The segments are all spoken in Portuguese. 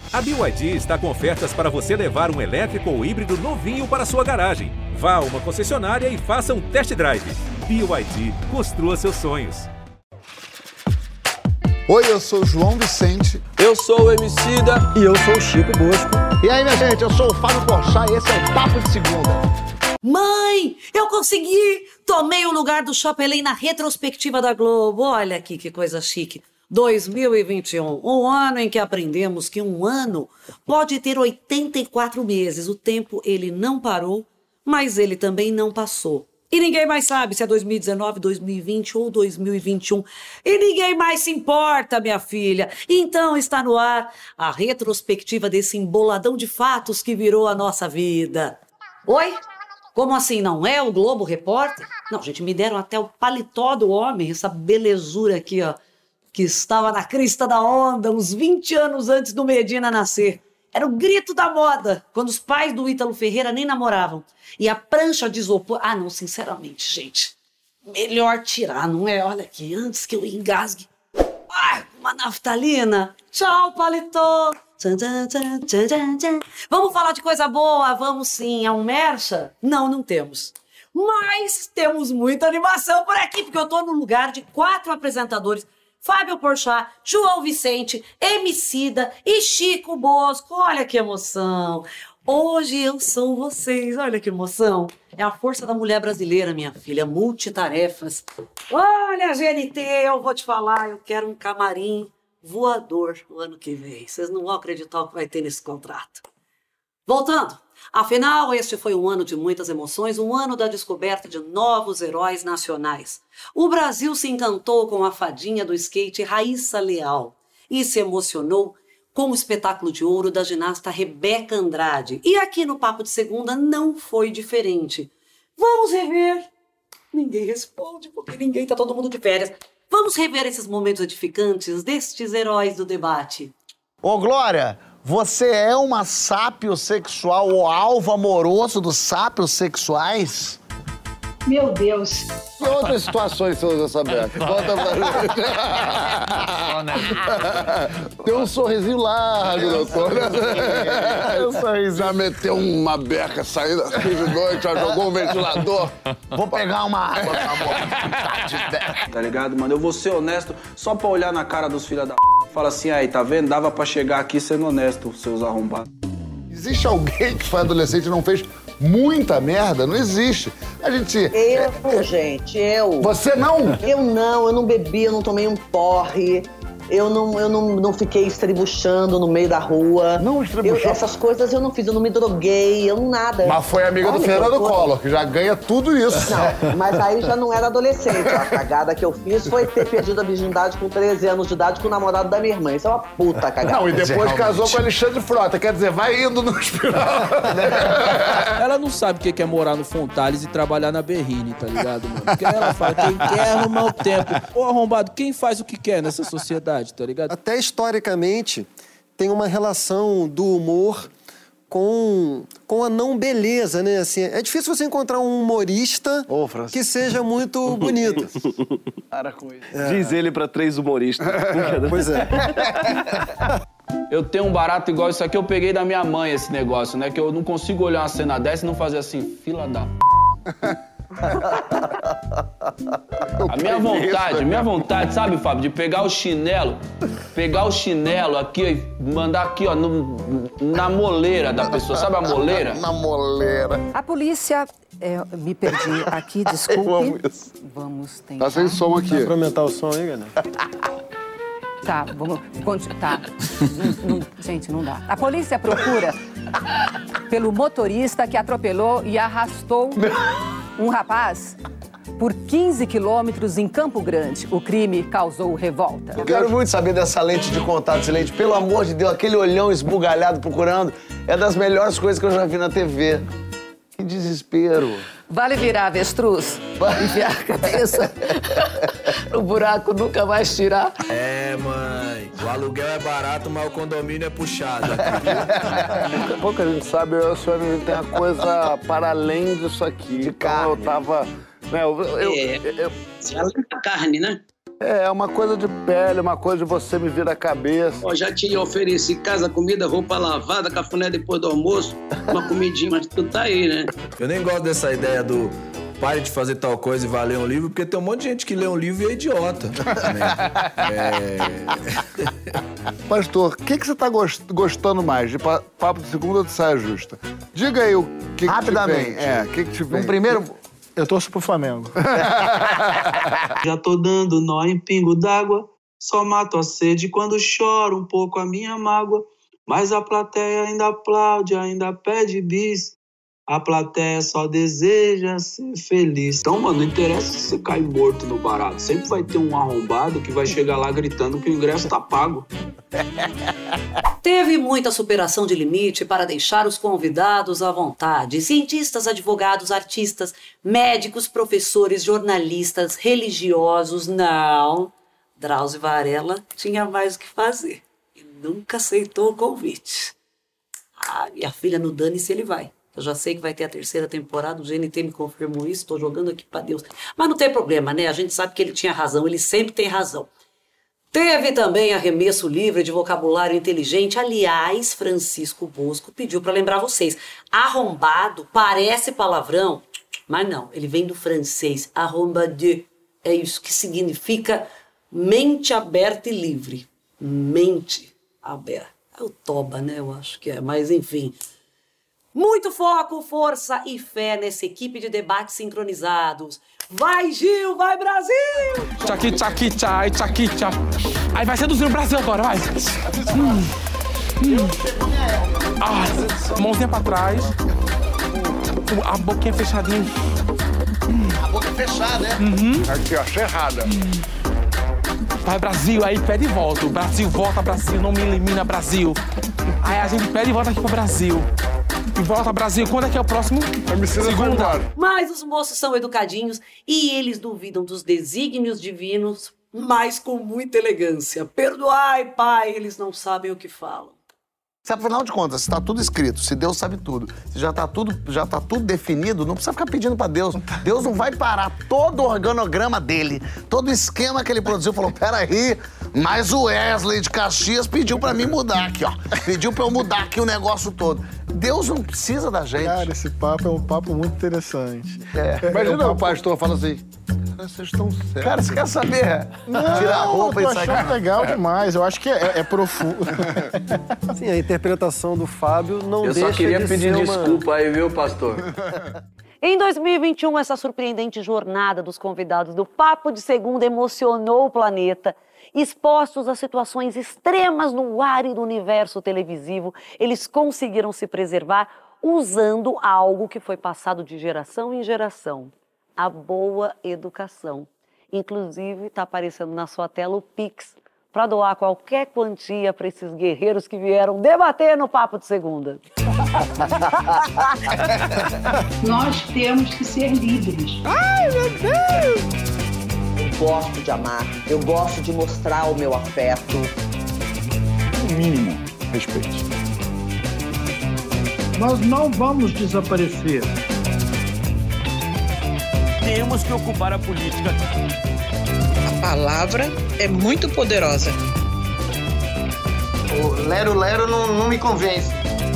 A BYD está com ofertas para você levar um elétrico ou híbrido novinho para sua garagem. Vá a uma concessionária e faça um test drive. BYD, construa seus sonhos. Oi, eu sou o João Vicente. Eu sou o Emicida. E eu sou o Chico Bosco. E aí, minha gente, eu sou o Fábio Porchat e esse é o Papo de Segunda. Mãe, eu consegui! Tomei o lugar do Chapelin na retrospectiva da Globo. Olha aqui que coisa chique. 2021, um ano em que aprendemos que um ano pode ter 84 meses. O tempo, ele não parou, mas ele também não passou. E ninguém mais sabe se é 2019, 2020 ou 2021. E ninguém mais se importa, minha filha. Então está no ar a retrospectiva desse emboladão de fatos que virou a nossa vida. Oi? Como assim, não é o Globo Repórter? Não, gente, me deram até o paletó do homem, essa belezura aqui, ó, que estava na crista da onda uns 20 anos antes do Medina nascer. Era o grito da moda, quando os pais do Ítalo Ferreira nem namoravam. E a prancha de isopor... Ah, não, sinceramente, gente, melhor tirar, não é? Olha aqui, antes que eu engasgue. Ah, uma naftalina. Tchau, paletó. Tchan, tchan, tchan, tchan, tchan, tchan. Vamos falar de coisa boa? Vamos sim. É um mercha? Não, não temos. Mas temos muita animação por aqui, porque eu tô no lugar de 4 apresentadores: Fábio Porchat, João Vicente, Emicida e Chico Bosco. Olha que emoção. Hoje eu sou vocês. Olha que emoção. É a força da mulher brasileira, minha filha. Multitarefas. Olha, GNT, eu vou te falar. Eu quero um camarim voador o ano que vem. Vocês não vão acreditar o que vai ter nesse contrato. Voltando. Afinal, este foi um ano de muitas emoções, um ano da descoberta de novos heróis nacionais. O Brasil se encantou com a fadinha do skate Raíssa Leal e se emocionou com o espetáculo de ouro da ginasta Rebeca Andrade. E aqui no Papo de Segunda não foi diferente. Vamos rever. Ninguém responde porque tá todo mundo de férias. Vamos rever esses momentos edificantes destes heróis do debate. Ô, Glória, você é uma sapiosexual ou alvo amoroso dos sapiosexuais? Meu Deus. Que outras situações você usa essa beca? Conta pra gente. Tem um sorrisinho largo, doutor. Já meteu uma beca saindo assim de noite, já jogou um ventilador. Vou pegar uma água, por favor. Tá ligado, mano? Eu vou ser honesto só pra olhar na cara dos filha da Fala assim, aí, tá vendo? Dava pra chegar aqui sendo honesto, seus arrombados. Existe alguém que foi adolescente e não fez muita merda? Não existe. A gente... Gente, eu. Você não? Eu não bebi, eu não tomei um porre. Eu não fiquei estribuchando no meio da rua. Não estribuchou? Essas coisas eu não fiz, eu não me droguei, eu não nada. Mas foi amiga do Fernando Collor, que já ganha tudo isso. Não, mas aí já não era adolescente. A cagada que eu fiz foi ter perdido a virgindade com 13 anos de idade com o namorado da minha irmã. Isso é uma puta cagada. Não, e depois casou com o Alexandre Frota. Quer dizer, vai indo no espiral. Ela não sabe o que é morar no Fontales e trabalhar na Berrine, tá ligado, mano? Porque ela fala, quem quer arrumar o tempo. Ô, arrombado, quem faz o que quer nessa sociedade? Tá ligado? Até historicamente, tem uma relação do humor com a não beleza, né? Assim, é difícil você encontrar um humorista que seja muito bonito. Para com isso. Diz ele pra 3 humoristas. Pois é. Eu tenho um barato igual isso aqui, eu peguei da minha mãe esse negócio, né? Que eu não consigo olhar uma cena dessa e não fazer assim, fila da... minha vontade, sabe, Fábio, de pegar o chinelo aqui e mandar aqui, ó, na moleira da pessoa, sabe a moleira? Na moleira. A polícia, me perdi aqui, desculpe. Eu amo isso. Vamos tentar. Tá sem som aqui. Dá pra aumentar o som aí, galera? Tá, vamos continuar. Tá. Gente, não dá. A polícia procura pelo motorista que atropelou e arrastou um rapaz por 15 quilômetros em Campo Grande. O crime causou revolta. Eu quero muito saber dessa lente de contato, essa lente. Pelo amor de Deus, aquele olhão esbugalhado procurando é das melhores coisas que eu já vi na TV. Que desespero. Vale virar avestruz? Enfiar a cabeça no buraco, nunca mais tirar? É, mãe. O aluguel é barato, mas o condomínio é puxado. Pouca gente sabe, a senhora tem a coisa para além disso aqui. De carne. Então eu tava... Carne, né? É uma coisa de pele, uma coisa de você me vir a cabeça. Ó, já te ofereci casa, comida, roupa lavada, cafuné depois do almoço, uma comidinha, mas tu tá aí, né? Eu nem gosto dessa ideia do pare de fazer tal coisa e vá ler um livro, porque tem um monte de gente que lê um livro e é idiota. Pastor, o que você tá gostando mais, de Papo de Segunda ou de Saia Justa? Diga aí o que Rapidamente. te vem. O que te vem? No primeiro, eu torço pro Flamengo. Já tô dando nó em pingo d'água, só mato a sede quando choro um pouco a minha mágoa, mas a plateia ainda aplaude, ainda pede bis. A plateia só deseja ser feliz. Então, mano, não interessa se você cair morto no barato. Sempre vai ter um arrombado que vai chegar lá gritando que o ingresso tá pago. Teve muita superação de limite para deixar os convidados à vontade. Cientistas, advogados, artistas, médicos, professores, jornalistas, religiosos. Não. Drauzio Varela tinha mais o que fazer. E nunca aceitou o convite. Minha filha, no dane-se ele vai. Eu já sei que vai ter a 3ª temporada, o GNT me confirmou isso, estou jogando aqui para Deus. Mas não tem problema, né? A gente sabe que ele tinha razão, ele sempre tem razão. Teve também arremesso livre de vocabulário inteligente. Aliás, Francisco Bosco pediu para lembrar vocês. Arrombado parece palavrão, mas não, ele vem do francês, arrombadieu. É isso que significa mente aberta e livre. Mente aberta. É o Toba, né? Eu acho que é, mas enfim... Muito foco, força e fé nessa equipe de debates sincronizados. Vai, Gil! Vai, Brasil! Tchaqui, tchaqui, tchai, tchaqui, tchá. Aí vai seduzir o Brasil agora, vai. Mãozinha pra trás. A boquinha fechadinha. A boca fechada, né? Aqui, ó, cerrada. Vai, Brasil, aí pede e volta. Brasil, volta, Brasil, não me elimina, Brasil. Aí a gente pede e volta aqui pro Brasil. E volta, Brasil. Quando é que é o próximo? Segunda. Mas os moços são educadinhos e eles duvidam dos desígnios divinos, mas com muita elegância. Perdoai, Pai, eles não sabem o que falam. Se afinal de contas, se tá tudo escrito, se Deus sabe tudo, se já tá tudo definido, não precisa ficar pedindo pra Deus. Deus não vai parar todo o organograma dele, todo o esquema que ele produziu, falou, peraí, mas o Wesley de Caxias pediu pra mim mudar aqui, ó. Pediu pra eu mudar aqui o negócio todo. Deus não precisa da gente. Cara, esse papo é um papo muito interessante. Imagina o pastor falando assim, cara, vocês estão sérios. Cara, você quer saber? Tirar a roupa e sair. Eu acho legal demais, eu acho que é profundo. Sim, a interpretação do Fábio não deixa de ser Eu só queria pedir desculpa aí, viu, pastor? Em 2021, essa surpreendente jornada dos convidados do Papo de Segunda emocionou o planeta. Expostos a situações extremas no ar e do universo televisivo, eles conseguiram se preservar usando algo que foi passado de geração em geração. A boa educação. Inclusive, está aparecendo na sua tela o Pix, para doar qualquer quantia para esses guerreiros que vieram debater no Papo de Segunda. Nós temos que ser livres. Ai, meu Deus! Eu gosto de amar, eu gosto de mostrar o meu afeto. No mínimo, respeite. Nós não vamos desaparecer. Temos que ocupar a política. A palavra é muito poderosa. O lero-lero não me convence.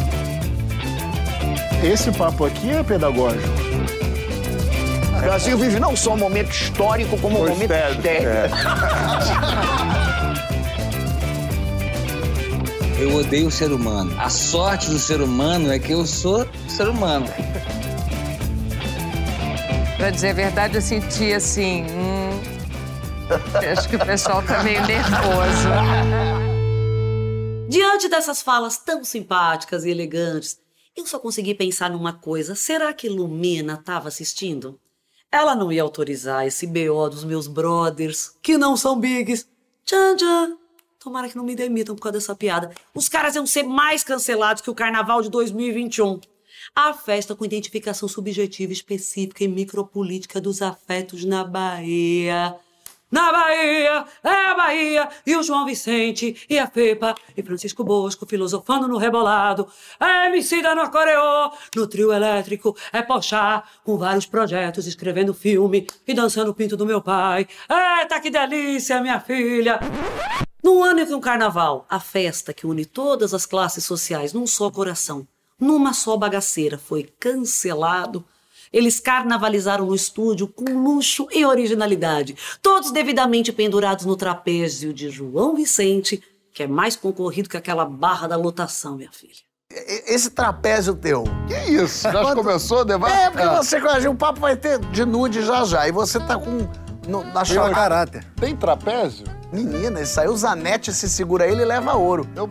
Esse papo aqui é pedagógico. O Brasil vive não só um momento histórico, como um momento histérico. Eu odeio o ser humano. A sorte do ser humano é que eu sou ser humano. Pra dizer a verdade, eu senti assim... acho que o pessoal tá meio nervoso. Diante dessas falas tão simpáticas e elegantes, eu só consegui pensar numa coisa. Será que Lumena estava assistindo? Ela não ia autorizar esse BO dos meus brothers, que não são bigs. Tchan, tchan. Tomara que não me demitam por causa dessa piada. Os caras iam ser mais cancelados que o Carnaval de 2021. A festa com identificação subjetiva específica e micropolítica dos afetos na Bahia. Na Bahia, é a Bahia, e o João Vicente, e a Fepa, e Francisco Bosco, filosofando no rebolado. É Emicida no Acoreô, no trio elétrico, é Pochá, com vários projetos, escrevendo filme e dançando o pinto do meu pai. Eita, que delícia, minha filha! Num ano em que um carnaval, a festa que une todas as classes sociais num só coração, numa só bagaceira, foi cancelado, eles carnavalizaram no estúdio com luxo e originalidade, todos devidamente pendurados no trapézio de João Vicente, que é mais concorrido que aquela barra da lotação, minha filha. Esse trapézio teu. Que isso? Já começou o debate? É, porque você, o papo vai ter de nude já. E você tá com... na Tem caráter. Tem trapézio? Menina, isso aí o Zanetti se segura ele e leva ouro. Eu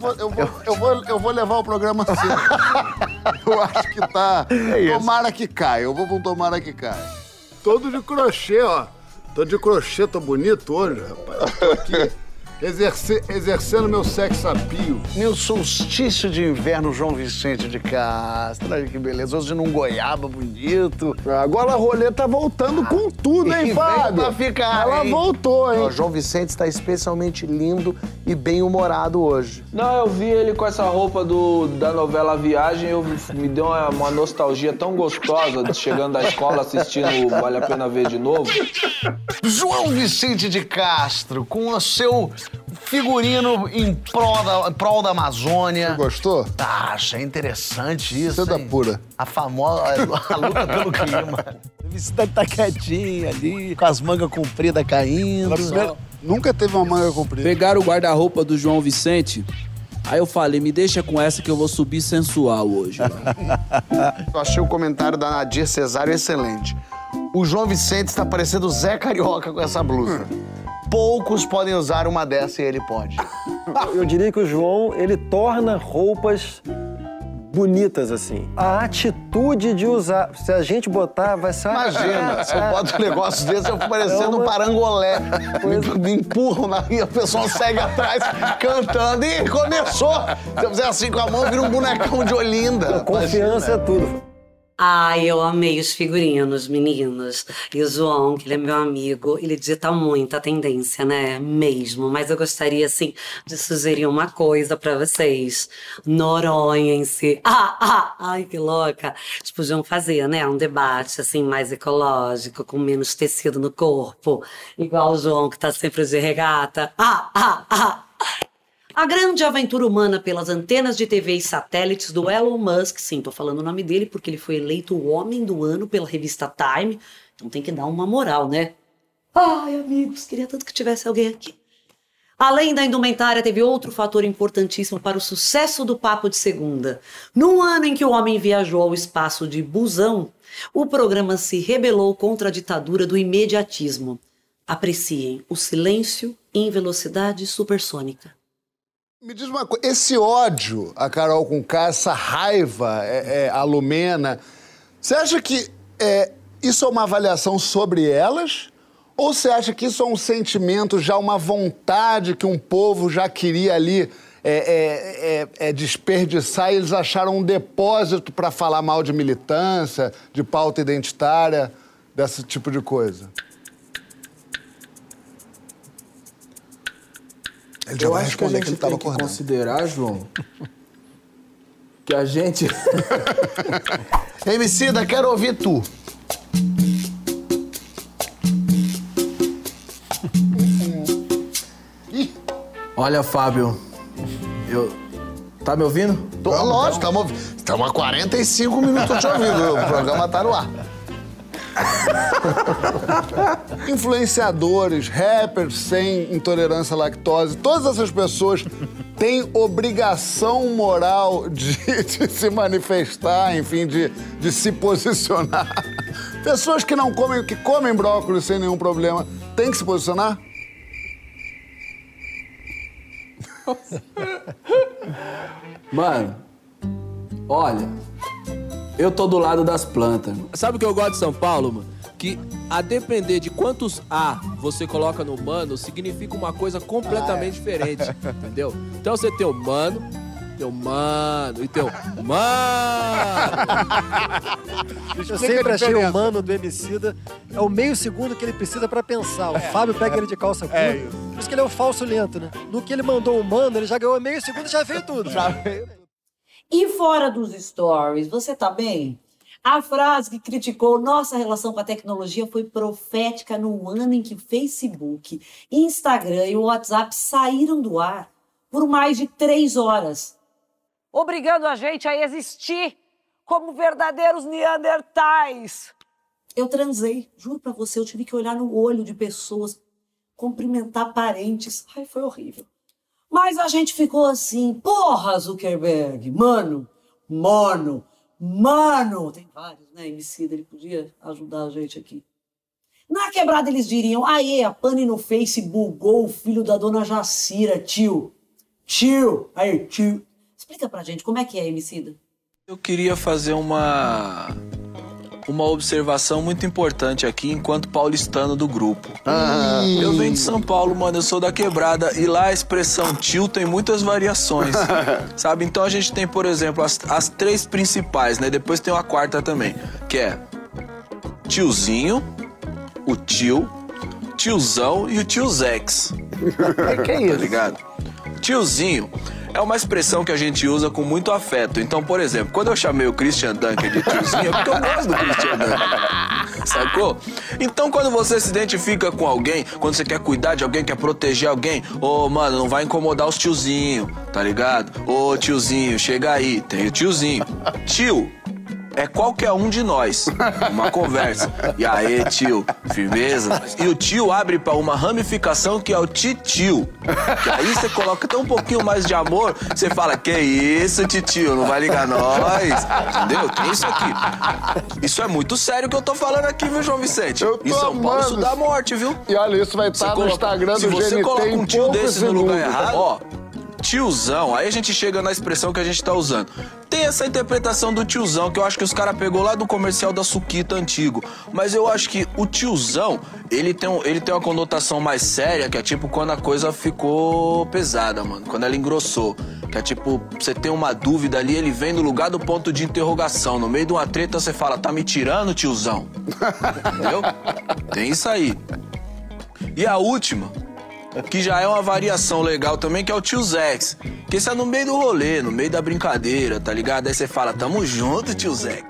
vou levar o programa assim. Eu acho que tá... Tomara que caia. Eu vou com tomara que caia. Todo de crochê, ó. Tô de crochê, tô bonito hoje, rapaz. Tô aqui exercendo meu sex appeal. Meu solstício de inverno, João Vicente de Castro. Olha que beleza. Hoje num goiaba bonito. Agora a rolê tá voltando com tudo, hein, Fábio? Pra ficar, Ela voltou, hein? O João Vicente está especialmente lindo e bem-humorado hoje. Não, eu vi ele com essa roupa da novela Viagem, me deu uma nostalgia tão gostosa de chegando da escola assistindo Vale a Pena Ver de novo. João Vicente de Castro, com o seu figurino em prol da Amazônia. Você gostou? Achei interessante isso, Seda pura. A famosa a luta pelo clima. O Vicente tá quietinho ali, com as mangas compridas caindo. Nunca teve uma manga comprida. Pegaram o guarda-roupa do João Vicente, aí eu falei, me deixa com essa que eu vou subir sensual hoje. Eu achei o comentário da Nadir Cesário excelente. O João Vicente está parecendo o Zé Carioca com essa blusa. Poucos podem usar uma dessa e ele pode. Eu diria que o João, ele torna roupas bonitas, assim. A atitude de usar, se a gente botar, vai ser... Imagina, se eu boto um negócio desse, eu fico parecendo um parangolé. Me empurram na rua, o pessoal segue atrás, cantando. E começou! Se eu fizer assim com a mão, vira um bonecão de Olinda. Confiança é tudo. Ai, eu amei os figurinos, meninos. E o João, que ele é meu amigo, ele dita muita tendência, né? Mesmo. Mas eu gostaria, assim, de sugerir uma coisa pra vocês. Noronhem-se. Ai, que louca. Eles podiam fazer, né? Um debate, assim, mais ecológico, com menos tecido no corpo. Igual o João, que tá sempre de regata. A grande aventura humana pelas antenas de TV e satélites do Elon Musk. Sim, tô falando o nome dele porque ele foi eleito o Homem do Ano pela revista Time. Então tem que dar uma moral, né? Ai, amigos, queria tanto que tivesse alguém aqui. Além da indumentária, teve outro fator importantíssimo para o sucesso do Papo de Segunda. Num ano em que o homem viajou ao espaço de busão, o programa se rebelou contra a ditadura do imediatismo. Apreciem o silêncio em velocidade supersônica. Me diz uma coisa, esse ódio a Carol Conká, essa raiva a Lumena, você acha que isso é uma avaliação sobre elas? Ou você acha que isso é um sentimento, já uma vontade que um povo já queria ali desperdiçar e eles acharam um depósito para falar mal de militância, de pauta identitária, desse tipo de coisa? Ele já vai responder que ele estava acordando. Eu acho que a gente tem que considerar, João, que a gente... Emicida, quero ouvir tu. Olha, Fábio, tá me ouvindo? Lógico, estamos há 45 minutos te ouvindo, o programa tá no ar. Influenciadores, rappers sem intolerância à lactose, todas essas pessoas têm obrigação moral de se manifestar, enfim, de se posicionar. Pessoas que comem brócolis sem nenhum problema, têm que se posicionar? Mano, olha, eu tô do lado das plantas. Sabe o que eu gosto de São Paulo, mano? Que a depender de quantos A você coloca no mano, significa uma coisa completamente diferente, entendeu? Então você tem o mano, teu mano, e teu mano. Eu sempre achei o mano do Emicida é o meio segundo que ele precisa pra pensar. O Fábio pega ele de calça curta. Por isso que ele é o falso lento, né? No que ele mandou o mano, ele já ganhou meio segundo e já veio tudo. Já veio. E fora dos stories, você tá bem? A frase que criticou nossa relação com a tecnologia foi profética no ano em que Facebook, Instagram e o WhatsApp saíram do ar por mais de 3 horas, obrigando a gente a existir como verdadeiros neandertais. Eu transei, juro pra você, eu tive que olhar no olho de pessoas, cumprimentar parentes. Ai, foi horrível. Mas a gente ficou assim, porra, Zuckerberg, mano. Tem vários, né, Emicida, ele podia ajudar a gente aqui. Na quebrada eles diriam, aê, a pane no Face bugou o filho da dona Jacira, tio. Explica pra gente, como é que é, Emicida? Eu queria fazer uma observação muito importante aqui enquanto paulistano do grupo. Eu venho de São Paulo, mano, eu sou da quebrada e lá a expressão tio tem muitas variações, sabe? Então a gente tem, por exemplo, as 3 principais, né? Depois tem uma quarta também, que é tiozinho, o tio, tiozão e o tiozex. Que é isso? Tá ligado? Tiozinho é uma expressão que a gente usa com muito afeto. Então, por exemplo, quando eu chamei o Christian Dunker de tiozinho, é porque eu gosto do Christian Dunker. Sacou? Então, quando você se identifica com alguém, quando você quer cuidar de alguém, quer proteger alguém, mano, não vai incomodar os tiozinhos, tá ligado? Tiozinho, chega aí, tem o tiozinho. Tio é qualquer um de nós, uma conversa. E aí, tio, firmeza? E o tio abre pra uma ramificação que é o titio. Que aí você coloca até um pouquinho mais de amor, você fala, que isso, titio, não vai ligar nós. Entendeu? Tem isso aqui. Isso é muito sério que eu tô falando aqui, viu, João Vicente? Em São Paulo isso dá morte, viu? E olha, isso vai estar no Instagram do GNT. Se você coloca um tio desse no lugar errado, ó. Tiozão, aí a gente chega na expressão que a gente tá usando. Tem essa interpretação do tiozão, que eu acho que os caras pegou lá do comercial da Suquita antigo. Mas eu acho que o tiozão, ele tem uma conotação mais séria, que é tipo quando a coisa ficou pesada, mano. Quando ela engrossou. Que é tipo, você tem uma dúvida ali, ele vem no lugar do ponto de interrogação. No meio de uma treta, você fala, tá me tirando, tiozão? Entendeu? Tem isso aí. E a última, que já é uma variação legal também, que é o tiozex. Que esse é no meio do rolê, no meio da brincadeira, tá ligado? Aí você fala, tamo junto, tiozex.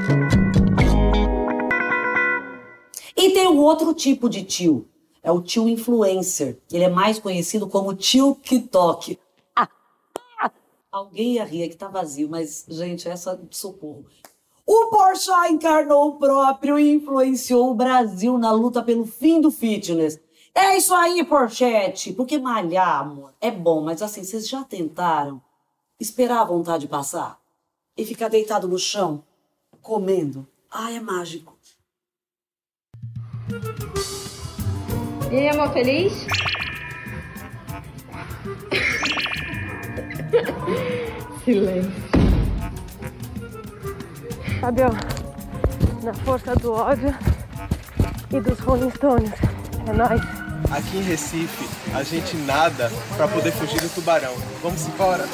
E tem um outro tipo de tio. É o tio influencer. Ele é mais conhecido como tio TikTok. Alguém ia rir, que tá vazio, mas, gente, essa de socorro. O Porchat encarnou o próprio e influenciou o Brasil na luta pelo fim do fitness. É isso aí, Porchat. Porque malhar, amor, é bom, mas assim, vocês já tentaram esperar a vontade passar? E ficar deitado no chão, comendo? Ai, é mágico. E aí, amor, feliz? Silêncio. Fábio, na força do ódio e dos Rolling Stones. É nóis. Aqui em Recife, a gente nada pra poder fugir do tubarão. Vamos embora?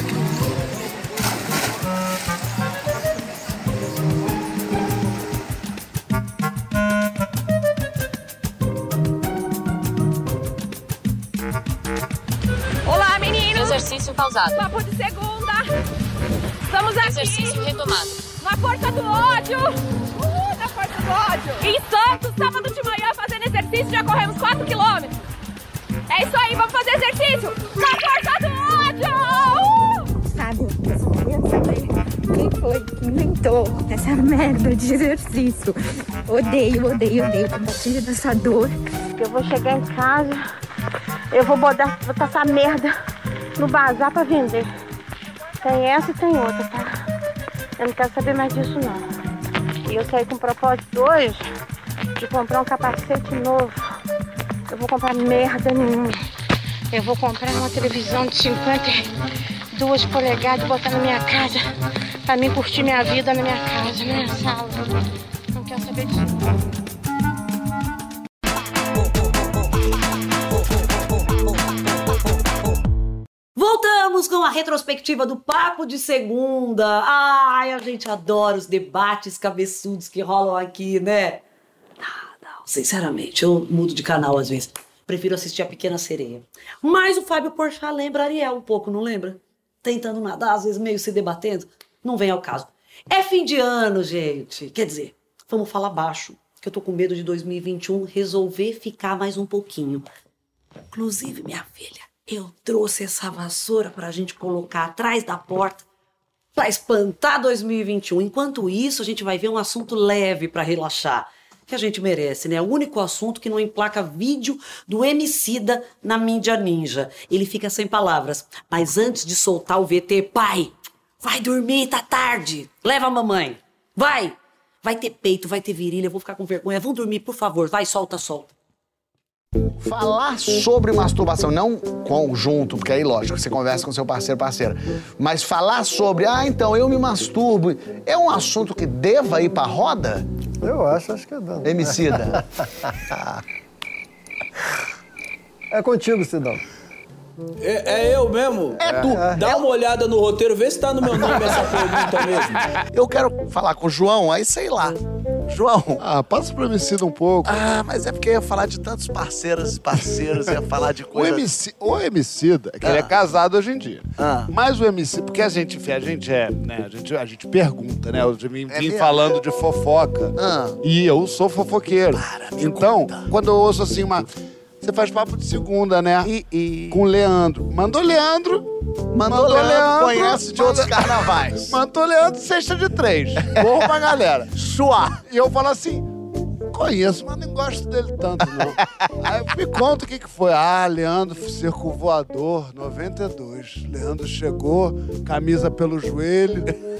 Olá, meninos! Exercício pausado. Papo de segunda! Estamos aqui! Exercício retomado. Na força do ódio! Na força do ódio! Em Santos, sábado de manhã, fazendo exercício, já corremos 4 quilômetros. É isso aí, vamos fazer exercício! Na força do ódio! Sabe, eu queria saber quem foi que inventou essa merda de exercício. Odeio compartilhar dessa dor. Eu vou chegar em casa, eu vou botar essa merda no bazar pra vender. Tem essa e tem outra, tá? Eu não quero saber mais disso, não. E eu saí com o propósito hoje de comprar um capacete novo. Eu vou comprar merda nenhuma. Eu vou comprar uma televisão de 52 polegadas e botar na minha casa pra mim curtir minha vida na minha casa, na minha sala. Não quero saber disso, não. Voltamos com a retrospectiva do Papo de Segunda. Ai, a gente adora os debates cabeçudos que rolam aqui, né? Não, sinceramente, eu mudo de canal às vezes. Prefiro assistir a Pequena Sereia. Mas o Fábio Porchat lembra Ariel um pouco, não lembra? Tentando nadar, às vezes meio se debatendo. Não vem ao caso. É fim de ano, gente. Quer dizer, vamos falar baixo, que eu tô com medo de 2021 resolver ficar mais um pouquinho. Inclusive, minha filha, eu trouxe essa vassoura pra gente colocar atrás da porta pra espantar 2021. Enquanto isso, a gente vai ver um assunto leve pra relaxar, que a gente merece, né? O único assunto que não emplaca vídeo do Emicida na mídia ninja. Ele fica sem palavras. Mas antes de soltar o VT, pai, vai dormir, tá tarde. Leva a mamãe. Vai. Vai ter peito, vai ter virilha, eu vou ficar com vergonha. Vão dormir, por favor. Vai, solta. Falar sobre masturbação, não conjunto, porque aí, lógico, você conversa com seu parceiro, parceira. Mas falar sobre, então, eu me masturbo, é um assunto que deva ir pra roda? Eu acho que é dano. Emicida. É contigo, Sidão. É eu mesmo? É tu. Dá uma olhada no roteiro, vê se tá no meu nome essa pergunta mesmo. Eu quero falar com o João, aí sei lá. João. Passa pro Emicida um pouco. Mas é porque eu ia falar de tantos parceiros e parceiros, ia falar de coisas... O Emicida, que ele é casado hoje em dia. Mas o Emicida, porque a gente pergunta, né? Eu vim falando de fofoca. E eu sou fofoqueiro. Então, quando eu ouço assim você faz papo de segunda, né? Com o Leandro. Mandou Leandro. Conhece de outros carnavais. Mandou Leandro, sexta de 3. Porra pra galera. Suar. E eu falo assim, conheço, mas não gosto dele tanto, não. Aí me conta o que foi. Leandro, circo voador, 92. Leandro chegou, camisa pelo joelho,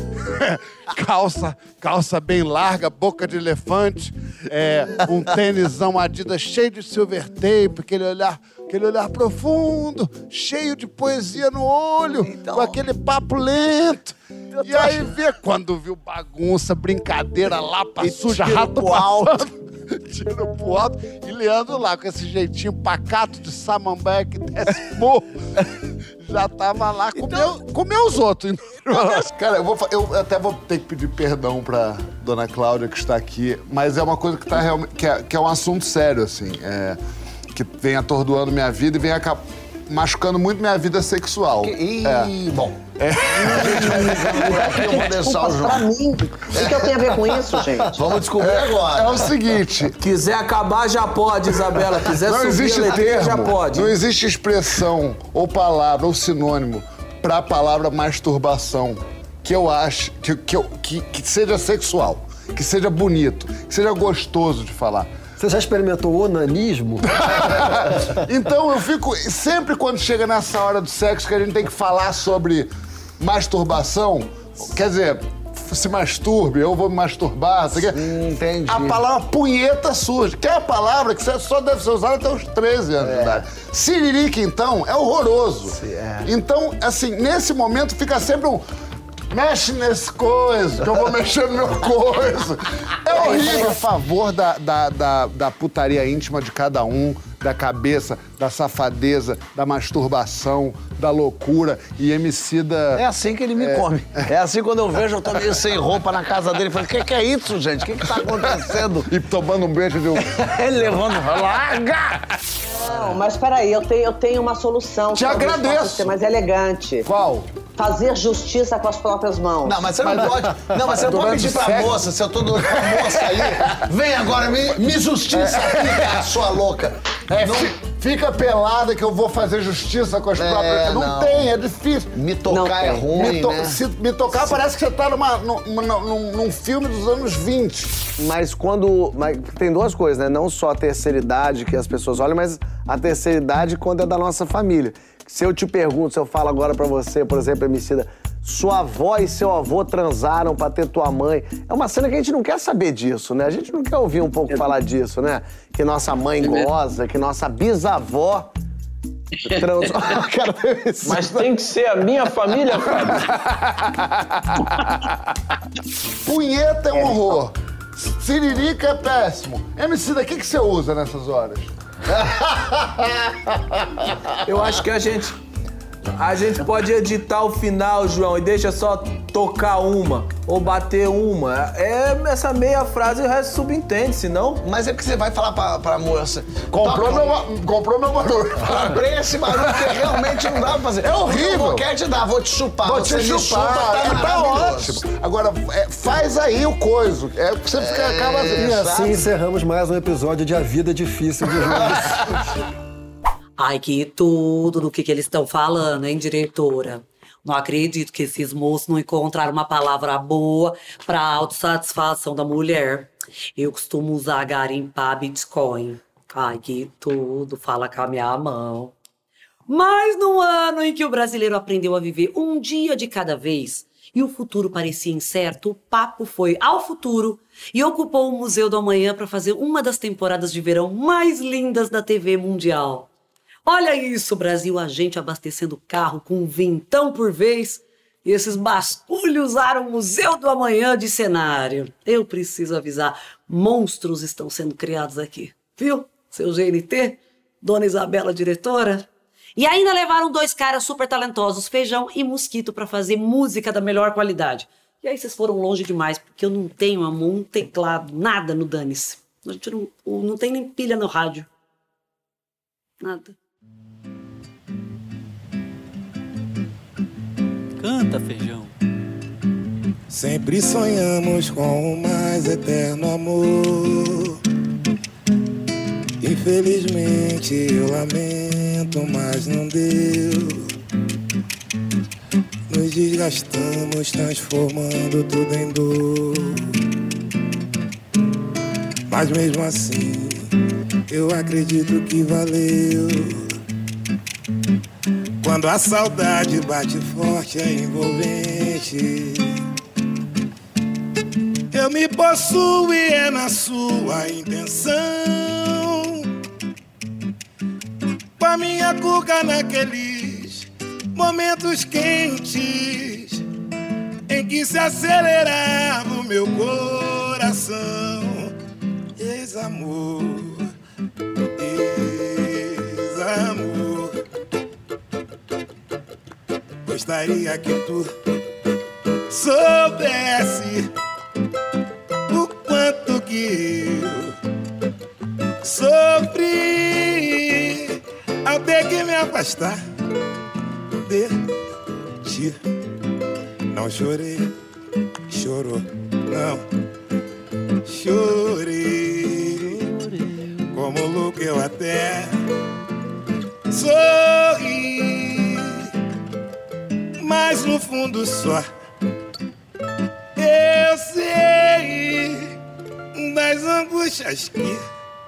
calça bem larga, boca de elefante, um tênisão Adidas cheio de silver tape, aquele olhar profundo, cheio de poesia no olho, com aquele papo lento. E aí quando viu bagunça, brincadeira, lapa suja, rato passando. Tiro pro alto. E Leandro lá, com esse jeitinho pacato de samambaia que desce morro. Já tava lá, comeu os outros. Cara, eu até vou ter que pedir perdão pra dona Cláudia que está aqui, mas é uma coisa que tá realmente, que é um assunto sério, assim. Que vem atordoando minha vida e vem machucando muito minha vida sexual. Bom. Eu vou deixar o João. Pra mim, o que eu tenho a ver com isso, gente? Vamos descobrir agora. É o seguinte. Quiser acabar, já pode, Isabela. Quiser não subir existe a letrinha, termo, já pode. Não existe expressão, ou palavra, ou sinônimo pra palavra masturbação que eu acho que seja sexual, que seja bonito, que seja gostoso de falar. Você já experimentou onanismo? Então eu fico... Sempre quando chega nessa hora do sexo que a gente tem que falar sobre masturbação, quer dizer, se masturbe, eu vou me masturbar, você quer? Entendi. A palavra punheta surge, que é a palavra que só deve ser usada até os 13 anos de idade. Siririca, então, é horroroso. Então, assim, nesse momento fica sempre um... Mexe nesse coisa, que eu vou mexer no meu coisa. É horrível. A favor da putaria íntima de cada um, da cabeça, da safadeza, da masturbação, da loucura. E Emicida... É assim que ele me come. É assim quando eu vejo, eu tô meio sem roupa na casa dele. Falei, o que é isso, gente? O que tá acontecendo? E tomando um beijo de... Ele levando... Larga! Não, mas peraí, eu tenho uma solução. Te agradeço. Ser mais elegante. Qual? Fazer justiça com as próprias mãos. Não, mas você não pode... Não, mas você não pode pedir pra moça, se eu tô com a moça aí, vem agora, me justiça aqui, cara, sua louca. Fica pelada que eu vou fazer justiça com as próprias... Não tem, é difícil. Me tocar é ruim, né? Se me tocar, parece que você tá num filme dos anos 20. Mas tem duas coisas, né? Não só a terceira idade que as pessoas olham, mas a terceira idade quando é da nossa família. Se eu te pergunto, se eu falo agora pra você, por exemplo, Emicida, sua avó e seu avô transaram pra ter tua mãe. É uma cena que a gente não quer saber disso, né? A gente não quer ouvir um pouco falar disso, né? Que nossa mãe goza, que nossa bisavó transou. Mas tem que ser a minha família, Fábio. Punheta é um horror. Siririca é péssimo. Emicida, o que você usa nessas horas? Eu acho que a gente A gente pode editar o final, João, e deixa só tocar uma ou bater uma. É essa meia frase e o resto subentende, senão... Mas é porque você vai falar pra moça... Comprou meu barulho. Comprei esse barulho que realmente não dá pra fazer. É horrível. Eu vou te dar, vou te chupar. Vou te chupar, tá ótimo. Agora, faz aí o coiso. É porque você acaba E assim encerramos mais um episódio de A Vida Difícil de João. Ai, que tudo do que eles estão falando, hein, diretora? Não acredito que esses moços não encontraram uma palavra boa pra autossatisfação da mulher. Eu costumo usar garimpar Bitcoin. Ai, que tudo, fala com a minha mão. Mas no ano em que o brasileiro aprendeu a viver um dia de cada vez e o futuro parecia incerto, o papo foi ao futuro e ocupou o Museu do Amanhã para fazer uma das temporadas de verão mais lindas da TV mundial. Olha isso, Brasil, a gente abastecendo o carro com um vintão por vez e esses basculhos usaram o Museu do Amanhã de cenário. Eu preciso avisar, monstros estão sendo criados aqui. Viu, seu GNT? Dona Isabela, diretora? E ainda levaram 2 caras super talentosos, Feijão e Mosquito, pra fazer música da melhor qualidade. E aí vocês foram longe demais, porque eu não tenho, amor, um teclado, nada no dane-se. A gente não tem nem pilha no rádio. Nada. Canta, Feijão. Sempre sonhamos com o mais eterno amor. Infelizmente eu lamento, mas não deu. Nos desgastamos, transformando tudo em dor. Mas mesmo assim, eu acredito que valeu. Quando a saudade bate forte, é envolvente. Eu me possuo e é na sua intenção. Com a minha cuca naqueles momentos quentes em que se acelerava o meu coração. Ex-amor, ex-amor. Gostaria que tu soubesse o quanto que eu sofri ao ter que me afastar de ti. Não chorei, chorou, não chorei. Como louco eu até sorri, mas no fundo só eu sei das angústias que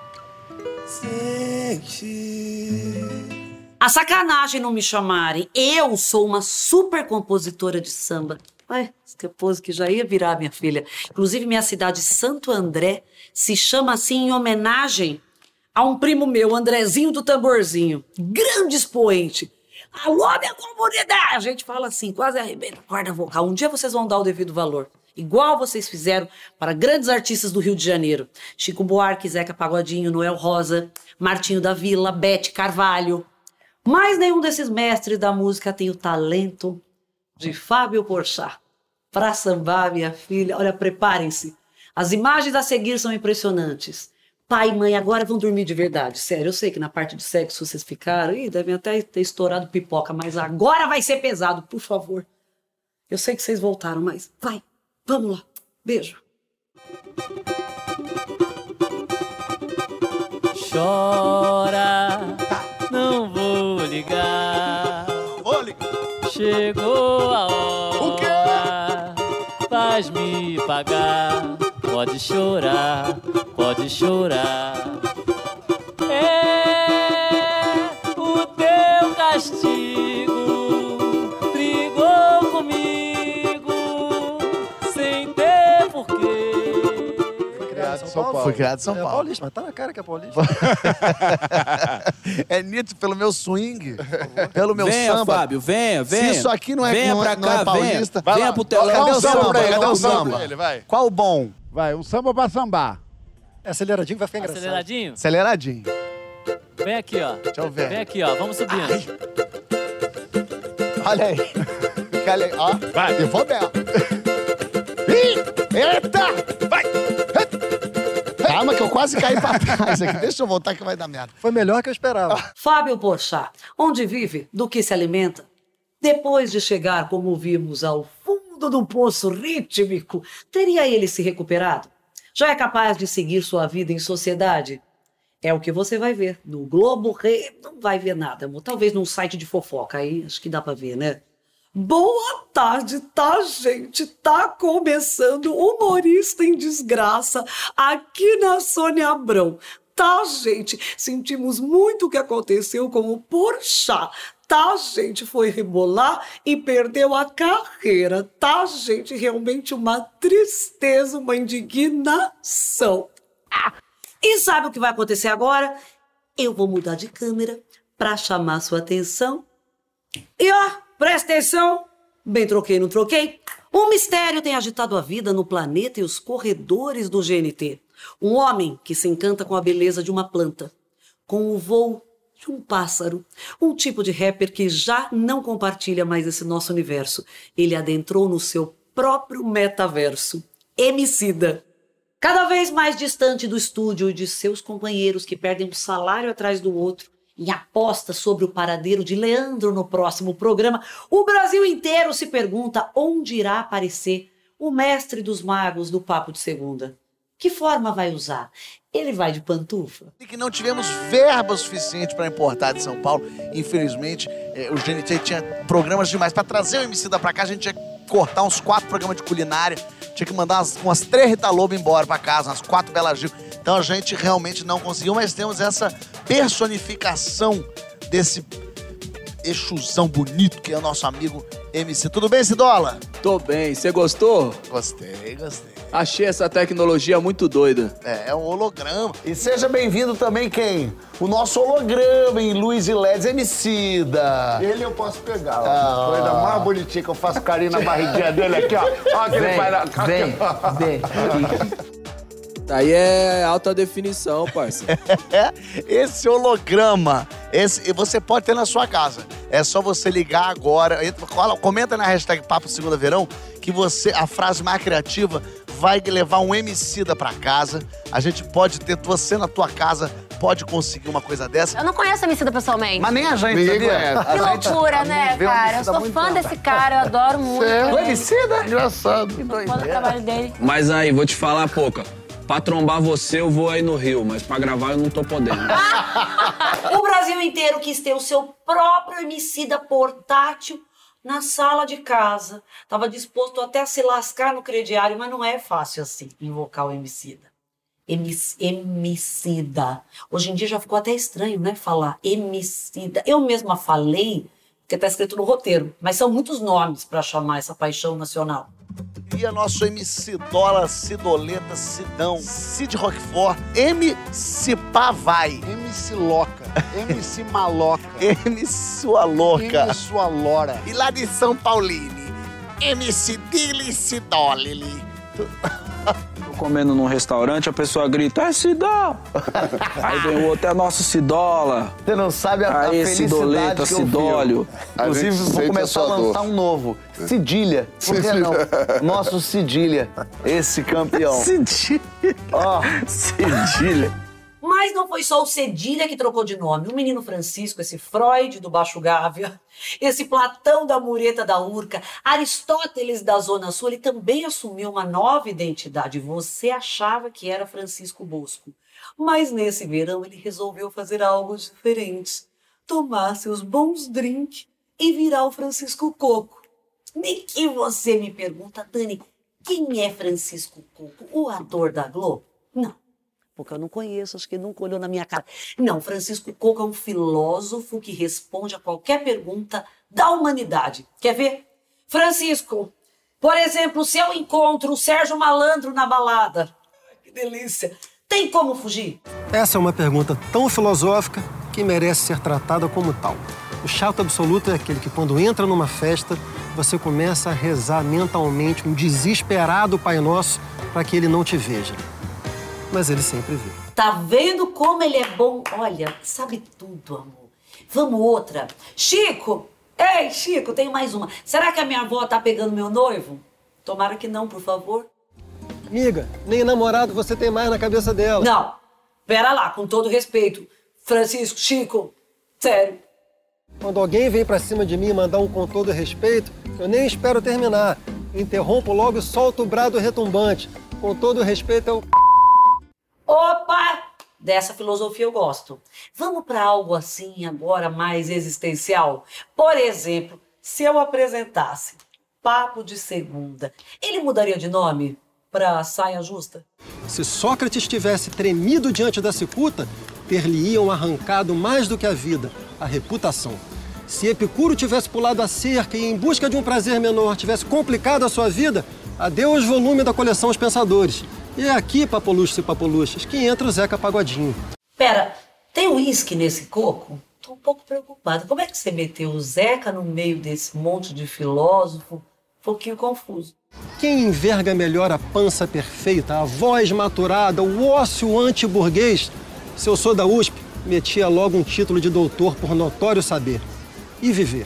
senti. A sacanagem não me chamarem. Eu sou uma super compositora de samba. Ué, depois que já ia virar, minha filha. Inclusive, minha cidade, Santo André, se chama assim em homenagem a um primo meu, Andrezinho do Tamborzinho. Grande expoente. Alô, minha comunidade! A gente fala assim, quase arrebenta a corda vocal. Um dia vocês vão dar o devido valor. Igual vocês fizeram para grandes artistas do Rio de Janeiro. Chico Buarque, Zeca Pagodinho, Noel Rosa, Martinho da Vila, Bete Carvalho. Mas nenhum desses mestres da música tem o talento de Fábio Porchat. Pra sambar, minha filha, olha, preparem-se. As imagens a seguir são impressionantes. Pai e mãe agora vão dormir de verdade. Sério, eu sei que na parte de sexo vocês ficaram, devem até ter estourado pipoca, mas agora vai ser pesado, por favor. Eu sei que vocês voltaram, mas vai, vamos lá. Beijo. Chora, não vou ligar. Chegou a hora, faz-me pagar. Pode chorar, pode chorar. É o teu castigo. Brigou comigo sem ter porquê. Foi criado em São É Paulo. paulista, mas tá na cara que é paulista. É nítido pelo meu swing, pelo meu venha, samba. Fábio, venha, venha. Se isso aqui não é, venha não é, pra não é cá, paulista... venha. Venha pro telão. Cadê o samba pra ele? Cadê o Vamos samba? Qual o bom? Vai, um samba pra sambar. É aceleradinho, vai ficar engraçado. Aceleradinho? Aceleradinho. Vem aqui, ó. Deixa eu ver. Vem aqui, ó. Vamos subindo. Olha aí. Olha aí, ó. Vai. Eu vou mesmo. Eita! Vai! Calma que eu quase caí pra trás aqui. Deixa eu voltar que vai dar merda. Foi melhor que eu esperava. Fábio Porchat, onde vive, do que se alimenta? Depois de chegar, como vimos, ao fundo do poço rítmico, teria ele se recuperado? Já é capaz de seguir sua vida em sociedade? É o que você vai ver no Globo Rei. Não vai ver nada, amor. Talvez num site de fofoca, aí acho que dá pra ver, né? Boa tarde, tá, gente? Tá começando Humorista em Desgraça aqui na Sônia Abrão. Tá, gente? Sentimos muito o que aconteceu com o Porchat. Tá, gente? Foi rebolar e perdeu a carreira. Tá, gente? Realmente uma tristeza, uma indignação. E sabe o que vai acontecer agora? Eu vou mudar de câmera pra chamar sua atenção. E ó, presta atenção. Bem troquei, não troquei? Um mistério tem agitado a vida no planeta e os corredores do GNT. Um homem que se encanta com a beleza de uma planta, com o voo de um pássaro. Um tipo de rapper que já não compartilha mais esse nosso universo. Ele adentrou no seu próprio metaverso. Emicida. Cada vez mais distante do estúdio e de seus companheiros que perdem um salário atrás do outro e aposta sobre o paradeiro de Leandro no próximo programa, o Brasil inteiro se pergunta onde irá aparecer o mestre dos magos do Papo de Segunda. Que forma vai usar? Ele vai de pantufa? E que não tivemos verba suficiente para importar de São Paulo. Infelizmente, o GNT tinha programas demais. Para trazer o Emicida pra cá, a gente tinha que cortar uns 4 programas de culinária. Tinha que mandar umas 3 Rita Lobo embora para casa, umas 4 Bela Gil. Então a gente realmente não conseguiu, mas temos essa personificação desse exusão bonito que é o nosso amigo MC. Tudo bem, Cidola? Tô bem. Você gostou? Gostei. Achei essa tecnologia muito doida. É um holograma. E seja bem-vindo também quem? O nosso holograma em luz e LEDs, Emicida. Ele eu posso pegar, ó. Coisa mais bonitinha que eu faço carinho na barriguinha dele aqui, ó. Ó que ele faz lá. Vem. Aí é alta definição, parceiro. Esse holograma, você pode ter na sua casa. É só você ligar agora. Comenta na hashtag Papo Segunda Verão que a frase mais criativa vai levar um Emicida pra casa. A gente pode ter você na tua casa, pode conseguir uma coisa dessa. Eu não conheço a Emicida pessoalmente. Mas nem a gente, sabia? Que loucura, né, cara? Eu sou fã desse cara, eu adoro muito. O Emicida? Engraçado. Fã do trabalho dele. Mas aí, vou te falar, Pouca. Pra trombar você, eu vou aí no Rio, mas pra gravar eu não tô podendo. O Brasil inteiro quis ter o seu próprio Emicida portátil na sala de casa. Tava disposto até a se lascar no crediário, mas não é fácil assim, invocar o Emicida. Emicida. Hoje em dia já ficou até estranho, né, falar Emicida. Eu mesma falei, porque tá escrito no roteiro, mas são muitos nomes pra chamar essa paixão nacional. E a nosso Emicidola, Cidoleta, Sidão, Cid Roquefort, MC Pavai. MC Loca, MC Maloca. MC Sua Louca. MC Sua Lora. E lá de São Pauline, MC Dili Cidolili. Tô comendo num restaurante, a pessoa grita, é Cidó! Aí vem o outro, é nosso Cidola. Você não sabe a felicidade Cidoleta, que eu Cidólio. Inclusive, vou começar a lançar um novo. Cedilha. Por que não? Nosso Cedilha. Esse campeão. Cedilha. Ó, Cedilha. Mas não foi só o Cedilha que trocou de nome. O menino Francisco, esse Freud do Baixo Gávea, esse Platão da Mureta da Urca, Aristóteles da Zona Sul, ele também assumiu uma nova identidade. Você achava que era Francisco Bosco. Mas nesse verão ele resolveu fazer algo diferente. Tomar seus bons drinks e virar o Francisco Coco. Nem que você me pergunta, Dani, quem é Francisco Coco? O ator da Globo? Não. Porque eu não conheço, acho que ele nunca olhou na minha cara. Não, Francisco Coco é um filósofo que responde a qualquer pergunta da humanidade. Quer ver? Francisco, por exemplo, se eu encontro o Sérgio Malandro na balada, que delícia, tem como fugir? Essa é uma pergunta tão filosófica que merece ser tratada como tal. O chato absoluto é aquele que, quando entra numa festa, você começa a rezar mentalmente um desesperado Pai Nosso para que ele não te veja. Mas ele sempre vê. Tá vendo como ele é bom? Olha, sabe tudo, amor. Vamos outra. Chico, Ei, Chico, tem mais uma. Será que a minha avó tá pegando meu noivo? Tomara que não, por favor. Amiga, nem namorado você tem mais na cabeça dela. Não. Pera lá, com todo respeito. Francisco, Chico, sério. Quando alguém vem pra cima de mim e mandar um com todo respeito, eu nem espero terminar. Interrompo logo e solto o brado retumbante. Com todo respeito, eu... Opa! Dessa filosofia eu gosto. Vamos pra algo assim agora mais existencial? Por exemplo, se eu apresentasse Papo de Segunda, ele mudaria de nome pra Saia Justa? Se Sócrates tivesse tremido diante da cicuta, ter-lhe-iam arrancado mais do que a vida, a reputação. Se Epicuro tivesse pulado a cerca e, em busca de um prazer menor, tivesse complicado a sua vida, adeus volume da coleção Os Pensadores. E é aqui, papoluchos e papoluchas, que entra o Zeca Pagodinho. Pera, tem uísque nesse coco? Tô um pouco preocupada. Como é que você meteu o Zeca no meio desse monte de filósofo? Um pouquinho confuso. Quem enverga melhor a pança perfeita, a voz maturada, o ócio anti-burguês? Se eu sou da USP, metia logo um título de doutor por notório saber. E viver.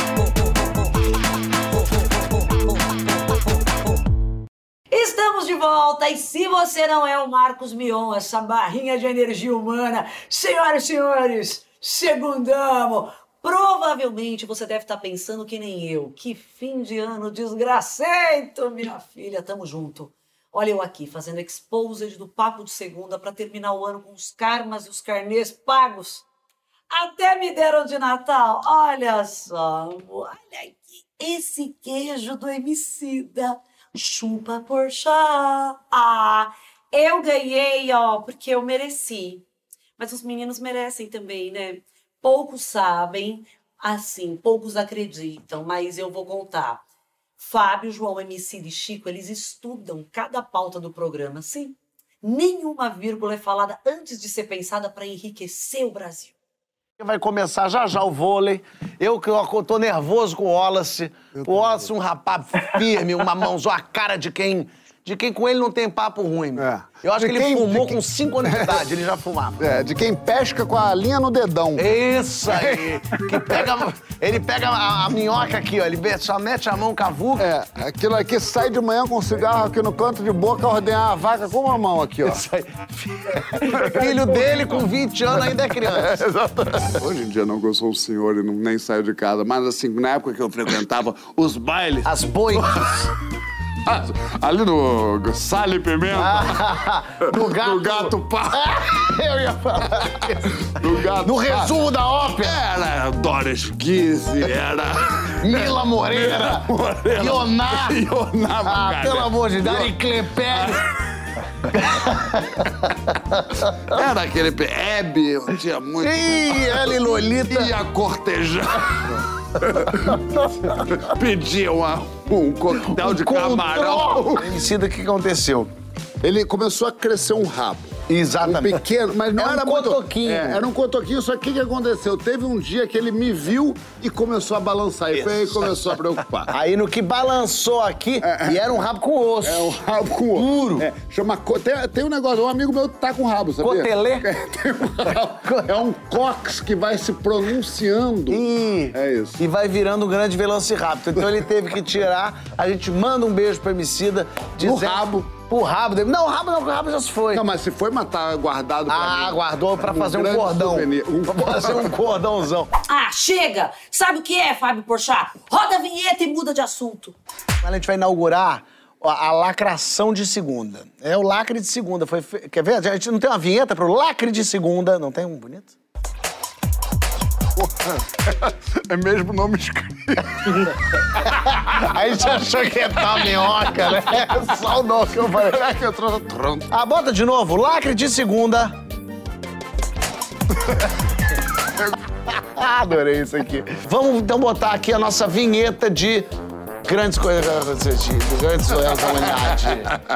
Estamos de volta e se você não é o Marcos Mion, essa barrinha de energia humana, senhoras e senhores, segundamos. Provavelmente você deve estar pensando que nem eu. Que fim de ano desgracento, minha filha, tamo junto. Olha eu aqui, fazendo exposed do Papo de Segunda para terminar o ano com os karmas e os carnês pagos. Até me deram de Natal. Olha só, olha aqui, esse queijo do Emicida. Chupa por chá. Ah, eu ganhei, ó, porque eu mereci. Mas os meninos merecem também, né? Poucos sabem, assim, poucos acreditam, mas eu vou contar. Fábio, João, Emicida e Chico, eles estudam cada pauta do programa, sim. Nenhuma vírgula é falada antes de ser pensada para enriquecer o Brasil. Vai começar já já o vôlei. Eu tô nervoso com o Wallace. O Wallace, um rapaz firme, uma mãozona, a cara de quem com ele não tem papo ruim. Eu acho que ele fumou com 5 anos de idade, ele já fumava. É, de quem pesca com a linha no dedão. Isso aí. Ele pega a minhoca aqui, ó, ele só mete a mão cavuca. É, aquilo aqui sai de manhã com um cigarro aqui no canto de boca, ordenhar a vaca com uma mão aqui, ó. Isso aí. Filho dele, com 20 anos, ainda é criança. Exatamente. Hoje em dia não, que eu sou um senhor e nem saio de casa, mas assim, na época que eu frequentava os bailes... As boites. Ali no Sal e Pimenta. No Gato Pá. Eu ia falar isso. No resumo da ópera. Era Doris Guise, era... Mila Moreira. Ioná. Pelo amor de Deus. Ariclepé. Era aquele Hebe, eu tinha muito... Ih, ela e Lolita. Ia cortejar. Pedia um coquetel de camarão. Emicida, o que aconteceu? Ele começou a crescer um rabo. Exatamente. Um pequeno, mas não era um cotoquinho. Era um cotoquinho, só que o que aconteceu? Teve um dia que ele me viu e começou a balançar. E foi aí que começou a preocupar. Aí no que balançou aqui, e era um rabo com osso. É um rabo com osso. Puro. Chama... Tem um negócio, um amigo meu tá com rabo, sabia? Cotelê? Tem um rabo. É um cox que vai se pronunciando. É isso. E vai virando um grande velociraptor. Então ele teve que tirar. A gente manda um beijo pro Emicida. No rabo. O rabo dele. Não, o rabo não, porque o rabo já se foi. Não, mas se foi matar guardado pra mim. Guardou pra fazer um cordão. Pra fazer um cordãozão. Ah, chega! Sabe o que é, Fábio Porchat? Roda a vinheta e muda de assunto. A gente vai inaugurar a lacração de segunda. É o lacre de segunda. Quer ver? A gente não tem uma vinheta pro lacre de segunda. Não tem um bonito? É mesmo nome escrito. A gente achou que ia estar minhoca, né? Só o nome que eu falei. É que eu trouxe pronto. Bota de novo, lacre de segunda. Adorei isso aqui. Vamos então botar aqui a nossa vinheta de grandes coisas que acontecer, de grandes sonhos da humanidade.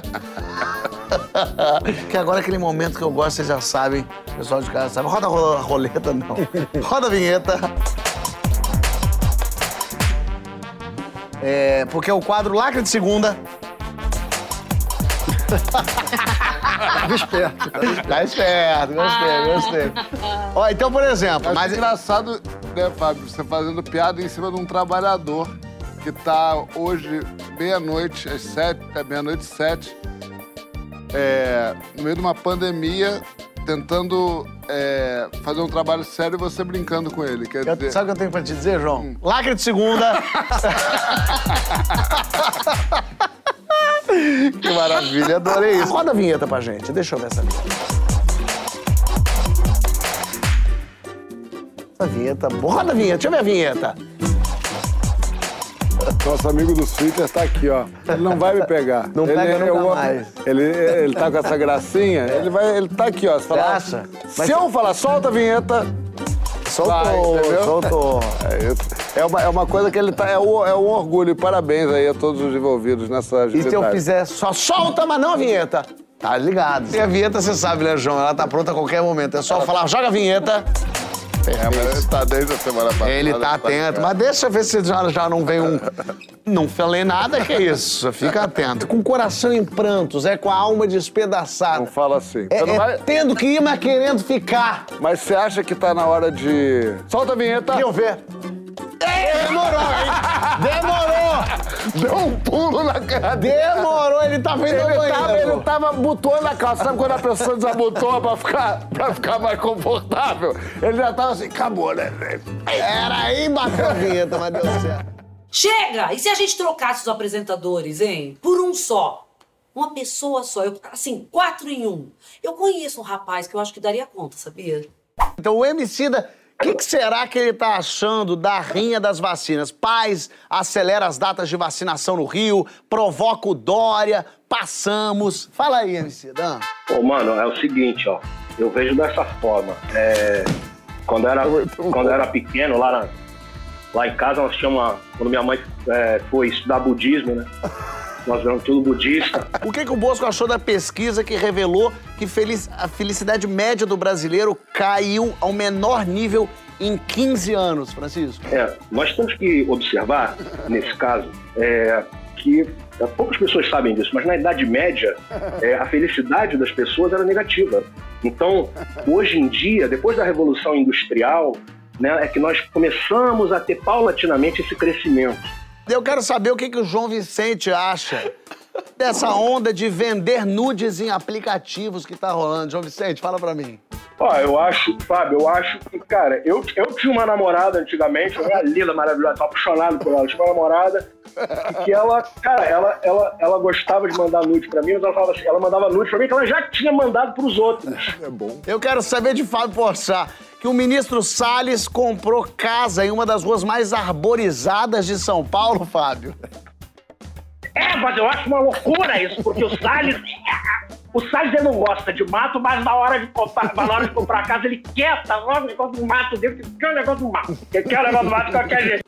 Que agora é aquele momento que eu gosto, vocês já sabem, o pessoal de casa sabe. Roda a roleta, não. Roda a vinheta. Porque é o quadro Lacre de Segunda. Tava esperto. Tá esperto, gostei. Ó, então, por exemplo... Mas engraçado né, Fábio? Você fazendo piada em cima de um trabalhador que tá hoje, meia-noite, às 7, meia-noite 7, no meio de uma pandemia, tentando fazer um trabalho sério e você brincando com ele. Quer dizer... Sabe o que eu tenho pra te dizer, João? Lacre de segunda. Que maravilha, adorei isso. Roda a vinheta pra gente, deixa eu ver essa vinheta. Essa vinheta, roda a vinheta, deixa eu ver a vinheta. Nosso amigo do Twitter tá aqui, ó. Ele não vai me pegar. Não pega nunca mais. Ele tá com essa gracinha, ele tá aqui, ó. Você acha? Se eu falar, solta a vinheta... Soltou. É uma coisa que ele tá... É um orgulho. Parabéns aí a todos os envolvidos nessa atividade. E se eu fizer só solta, mas não a vinheta? Tá ligado. E a vinheta, você sabe, né, João? Ela tá pronta a qualquer momento. É só falar, joga a vinheta. Mas ele tá desde a semana passada. Ele tá atento. Mas deixa eu ver se já não vem um... Não falei nada, que é isso. Fica atento. Com o coração em prantos, com a alma despedaçada. Não fala assim. Tendo que ir, mas querendo ficar. Mas você acha que tá na hora de... Solta a vinheta. Deixa eu ver. Demorou, hein? Demorou! Deu um pulo na cara. Demorou, ele tava indo ao banheiro. Ele tava abotoando a calça. Sabe quando a pessoa desabotoa pra ficar mais confortável? Ele já tava assim, acabou, né? Era aí, bateu a vinheta, mas deu certo. Chega! E se a gente trocasse os apresentadores, hein? Por um só. Uma pessoa só. Assim, 4 em 1. Eu conheço um rapaz que eu acho que daria conta, sabia? Então o Emicida... O que será que ele tá achando da rinha das vacinas? Paz acelera as datas de vacinação no Rio, provoca o Dória, passamos. Fala aí, Emicida. Pô, mano, é o seguinte, ó. Eu vejo dessa forma. Quando eu era pequeno, lá em casa, nós tínhamos quando minha mãe foi estudar budismo, né? Nós éramos tudo budista. O que o Bosco achou da pesquisa que revelou que a felicidade média do brasileiro caiu ao menor nível em 15 anos, Francisco? Nós temos que observar, nesse caso, que poucas pessoas sabem disso, mas na Idade Média, a felicidade das pessoas era negativa. Então, hoje em dia, depois da Revolução Industrial, né, é que nós começamos a ter paulatinamente esse crescimento. Eu quero saber o que o João Vicente acha dessa onda de vender nudes em aplicativos que tá rolando. João Vicente, fala pra mim. Fábio, eu acho que, cara, eu tinha uma namorada antigamente, ela era linda, maravilhosa, tava apaixonado por ela. Eu tinha uma namorada que ela gostava de mandar nude pra mim, mas ela falava assim, ela mandava nude pra mim que ela já tinha mandado pros outros. É bom. Eu quero saber de Fábio Porchat, que o ministro Salles comprou casa em uma das ruas mais arborizadas de São Paulo, Fábio. Mas eu acho uma loucura isso, porque o Salles ele não gosta de mato, mas na hora de comprar casa ele quer, tá logo o negócio do mato dele, que quer o negócio do mato. Que quer o negócio do mato de qualquer jeito.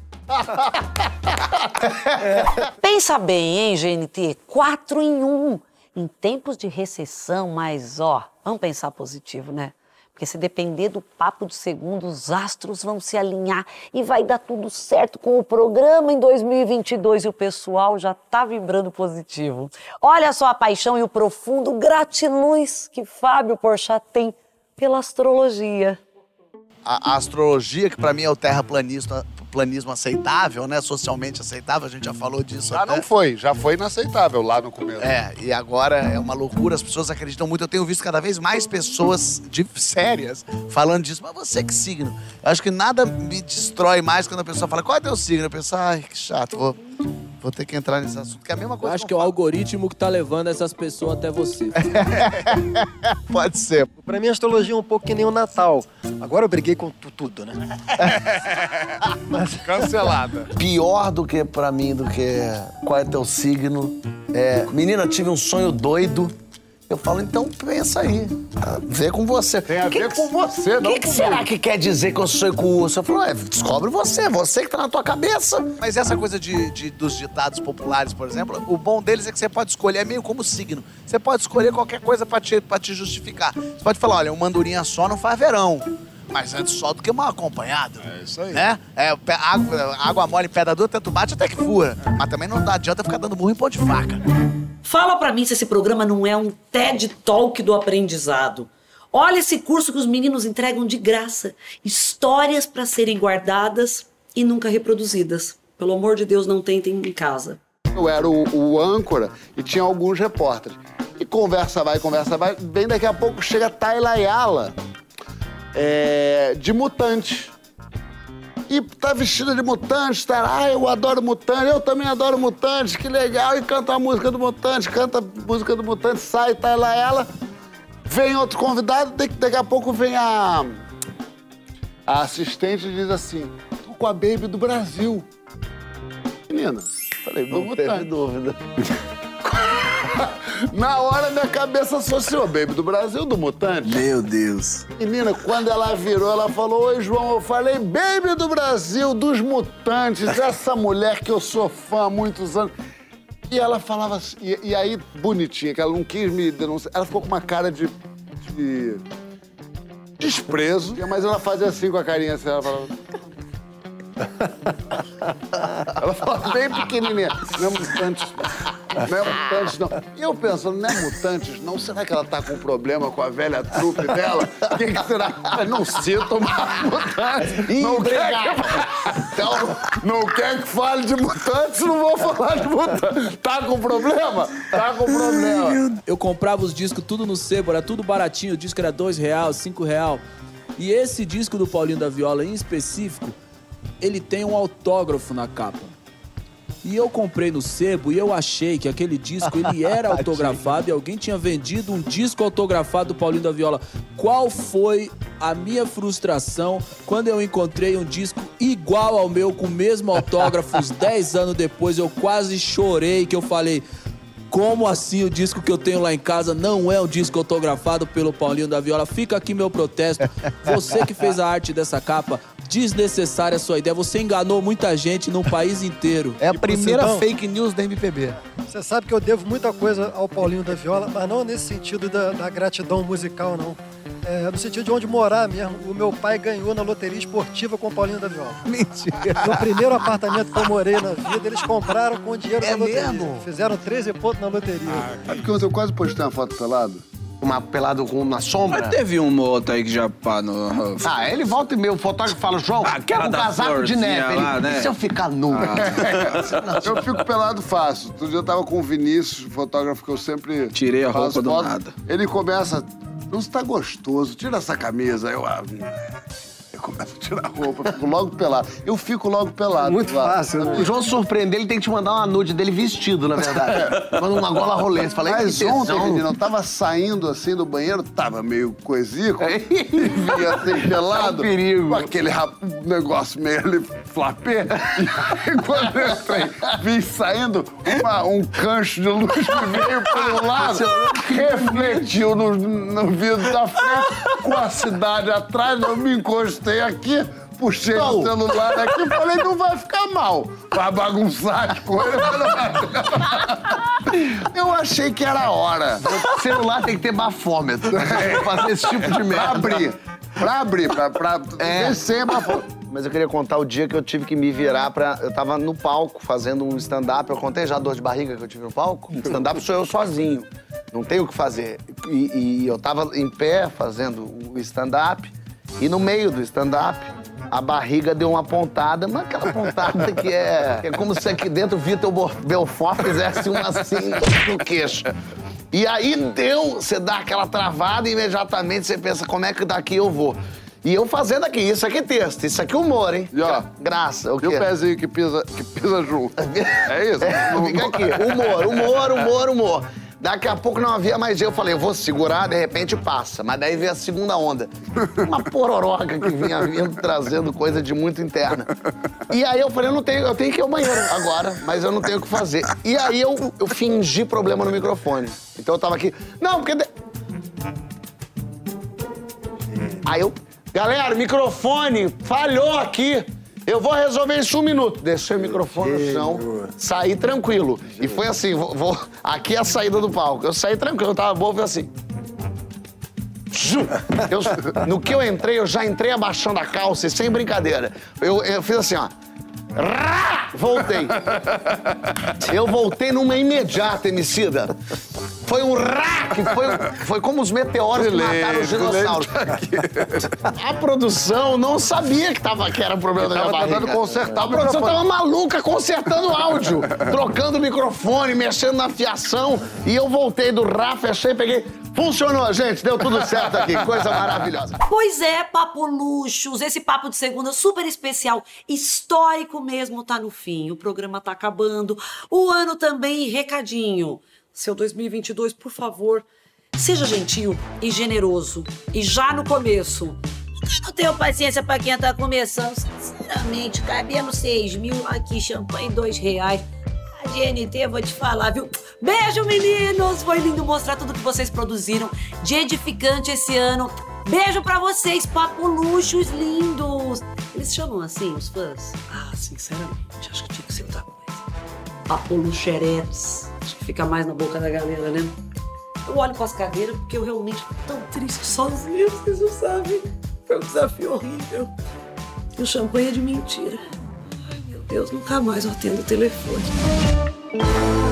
Pensa bem, hein, GNT? 4 em 1. Em tempos de recessão, mas vamos pensar positivo, né? Porque se depender do papo de segundo, os astros vão se alinhar e vai dar tudo certo com o programa em 2022 e o pessoal já tá vibrando positivo. Olha só a paixão e o profundo gratiluz que Fábio Porchat tem pela astrologia. A astrologia, que pra mim é o terraplanismo aceitável, né? Socialmente aceitável, a gente já falou disso até. Não foi, já foi inaceitável lá no começo. E agora é uma loucura, as pessoas acreditam muito. Eu tenho visto cada vez mais pessoas sérias falando disso. Mas você, que signo? Eu acho que nada me destrói mais quando a pessoa fala, qual é teu signo? Eu penso, ai, que chato, vou ter que entrar nesse assunto, que é a mesma coisa. Eu acho que é o algoritmo que tá levando essas pessoas até você. Pode ser. Pra mim, a astrologia é um pouco que nem o Natal. Agora eu briguei com tudo, né? Cancelada. Pior do que pra mim, do que qual é teu signo, menina, tive um sonho doido. Eu falo, então pensa aí, vê com você. Tem a ver com você, não comigo. O que será que quer dizer que eu sonho com o urso? Eu falo, descobre você que tá na tua cabeça. Mas essa coisa dos ditados populares, por exemplo, o bom deles é que você pode escolher, é meio como signo. Você pode escolher qualquer coisa pra te justificar. Você pode falar, olha, uma andorinha só não faz verão. Mas antes só do que mal acompanhado. É isso aí. Né? Água mole em pedra dura, tanto bate até que fura. Mas também não adianta ficar dando burro em pão de faca. Fala pra mim se esse programa não é um TED Talk do aprendizado. Olha esse curso que os meninos entregam de graça. Histórias para serem guardadas e nunca reproduzidas. Pelo amor de Deus, não tentem em casa. Eu era o âncora e tinha alguns repórteres. E conversa vai, bem daqui a pouco chega a Tayla Ayala, de Mutante. E tá vestida de Mutante, tá? Eu adoro Mutante, eu também adoro Mutante, que legal. E canta a música do Mutante, sai Tayla Ayala, vem outro convidado, daqui a pouco vem a assistente e diz assim, tô com a Baby do Brasil. Menina, falei, não teve dúvida. Na hora minha cabeça associou Baby do Brasil, do Mutante. Meu Deus. Menina, quando ela virou, ela falou, oi, João, eu falei, Baby do Brasil, dos Mutantes, essa mulher que eu sou fã há muitos anos. E ela falava assim, e aí, bonitinha, que ela não quis me denunciar, ela ficou com uma cara de desprezo, mas ela fazia assim com a carinha, assim, ela falava... Ela falava bem pequenininha, não é Mutantes, não. E eu pensando, não é Mutantes, não? Será que ela tá com problema com a velha trupe dela? O que será? Não cito mais Mutantes. Não quer que fale de Mutantes, não vou falar de Mutantes. Tá com problema? Tá com problema. Eu comprava os discos tudo no sebo, era tudo baratinho, o disco era R$2, R$5. E esse disco do Paulinho da Viola em específico, ele tem um autógrafo na capa. E eu comprei no sebo e eu achei que aquele disco ele era autografado e alguém tinha vendido um disco autografado do Paulinho da Viola. Qual foi a minha frustração quando eu encontrei um disco igual ao meu, com o mesmo autógrafo, uns 10 anos depois? Eu quase chorei, que eu falei... Como assim o disco que eu tenho lá em casa não é um disco autografado pelo Paulinho da Viola? Fica aqui meu protesto. Você que fez a arte dessa capa, desnecessária a sua ideia. Você enganou muita gente no país inteiro. É a primeira fake news da MPB. Você sabe que eu devo muita coisa ao Paulinho da Viola, mas não nesse sentido da gratidão musical, não. No sentido de onde morar mesmo. O meu pai ganhou na loteria esportiva com o Paulinho da Viola. Mentira. No primeiro apartamento que eu morei na vida, eles compraram com dinheiro da loteria. Mesmo? Fizeram 13 pontos na loteria. Sabe que eu quase postei uma foto pelado? Pelado na sombra? Mas teve uma outra aí que já pá no... ele volta e meio, o fotógrafo fala, João, quer um casaco de neve? Lá, né? E se eu ficar nu? Eu fico pelado fácil. Outro dia eu tava com o Vinícius, fotógrafo que eu sempre... Tirei a roupa do nada. Ele começa... Não, você tá gostoso, tira essa camisa. Eu começo a tirar a roupa, fico logo pelado. Eu fico logo pelado. Muito fácil. O João surpreender, ele tem que te mandar uma nude dele vestido, na verdade. Manda uma gola rolê. Falei, mas ontem, menino, eu tava saindo assim do banheiro, tava meio coisico, e vinha assim pelado. É um perigo. Com aquele negócio meio ali, flapê. E aí, quando eu entrei, vim saindo, um cancho de luz que veio por um lado, refletiu no vidro da frente, com a cidade atrás, eu me encostei aqui, puxei o celular aqui e falei, não vai ficar mal. Vai bagunçar as coisas. Eu achei que era a hora. O celular tem que ter bafômetro pra fazer esse tipo de merda. Pra abrir, pra descer bafômetro. Mas eu queria contar o dia que eu tive que me virar pra... Eu tava no palco fazendo um stand-up. Eu contei já a dor de barriga que eu tive no palco. Stand-up sou eu sozinho. Não tenho o que fazer. E eu tava em pé fazendo o stand-up. E no meio do stand-up, a barriga deu uma pontada, mas aquela pontada que é como se aqui dentro o Vitor Belfort fizesse uma assim no queixo. E aí você dá aquela travada e imediatamente você pensa, como é que daqui eu vou? E eu fazendo aqui, isso aqui é texto, isso aqui é humor, hein? E ó, graça, o quê? E o pezinho que pisa junto. É isso? Fica aqui, humor. Daqui a pouco não havia mais jeito. Eu falei, eu vou segurar, de repente passa. Mas daí veio a segunda onda. Uma pororoca que vinha vindo, trazendo coisa de muito interna. E aí eu falei, eu tenho que ir ao banheiro agora, mas eu não tenho o que fazer. E aí eu fingi problema no microfone. Então eu tava aqui, não, porque... Aí eu, galera, microfone falhou aqui. Eu vou resolver isso em 1 minuto. Deixei o microfone no chão, saí tranquilo. E foi assim, aqui é a saída do palco. Eu saí tranquilo, eu tava bom, foi assim. No que eu entrei, eu já entrei abaixando a calça e sem brincadeira. Eu fiz assim, ó. Voltei. Eu voltei numa imediata, Emicida. Foi um rack, foi como os meteoros que mataram os dinossauros. A produção não sabia que era o problema da minha barriga. Tentando consertar o A produção microfone. tava maluca consertando o áudio, trocando o microfone, mexendo na fiação. E eu voltei do RAF, achei, peguei... Funcionou, gente, deu tudo certo aqui, coisa maravilhosa. Pois é, Papo Luxos, esse papo de segunda super especial, histórico mesmo, tá no fim. O programa tá acabando, o ano também, e recadinho. Seu 2022, por favor, seja gentil e generoso. E já no começo. Eu não tenho paciência pra quem tá começando. Sinceramente, cabelo 6 mil, aqui champanhe R$2. A GNT, vou te falar, viu? Beijo, meninos! Foi lindo mostrar tudo que vocês produziram de edificante esse ano. Beijo pra vocês, Papo Luxos lindos! Eles chamam assim, os fãs? Ah, sinceramente, acho que tinha que ser outra coisa. Papo Luxeretes. Acho que fica mais na boca da galera, né? Eu olho pras cadeiras porque eu realmente tô tão triste sozinha, vocês não sabem. Foi um desafio horrível. E o champanhe é de mentira. Ai, meu Deus, nunca mais eu atendo o telefone.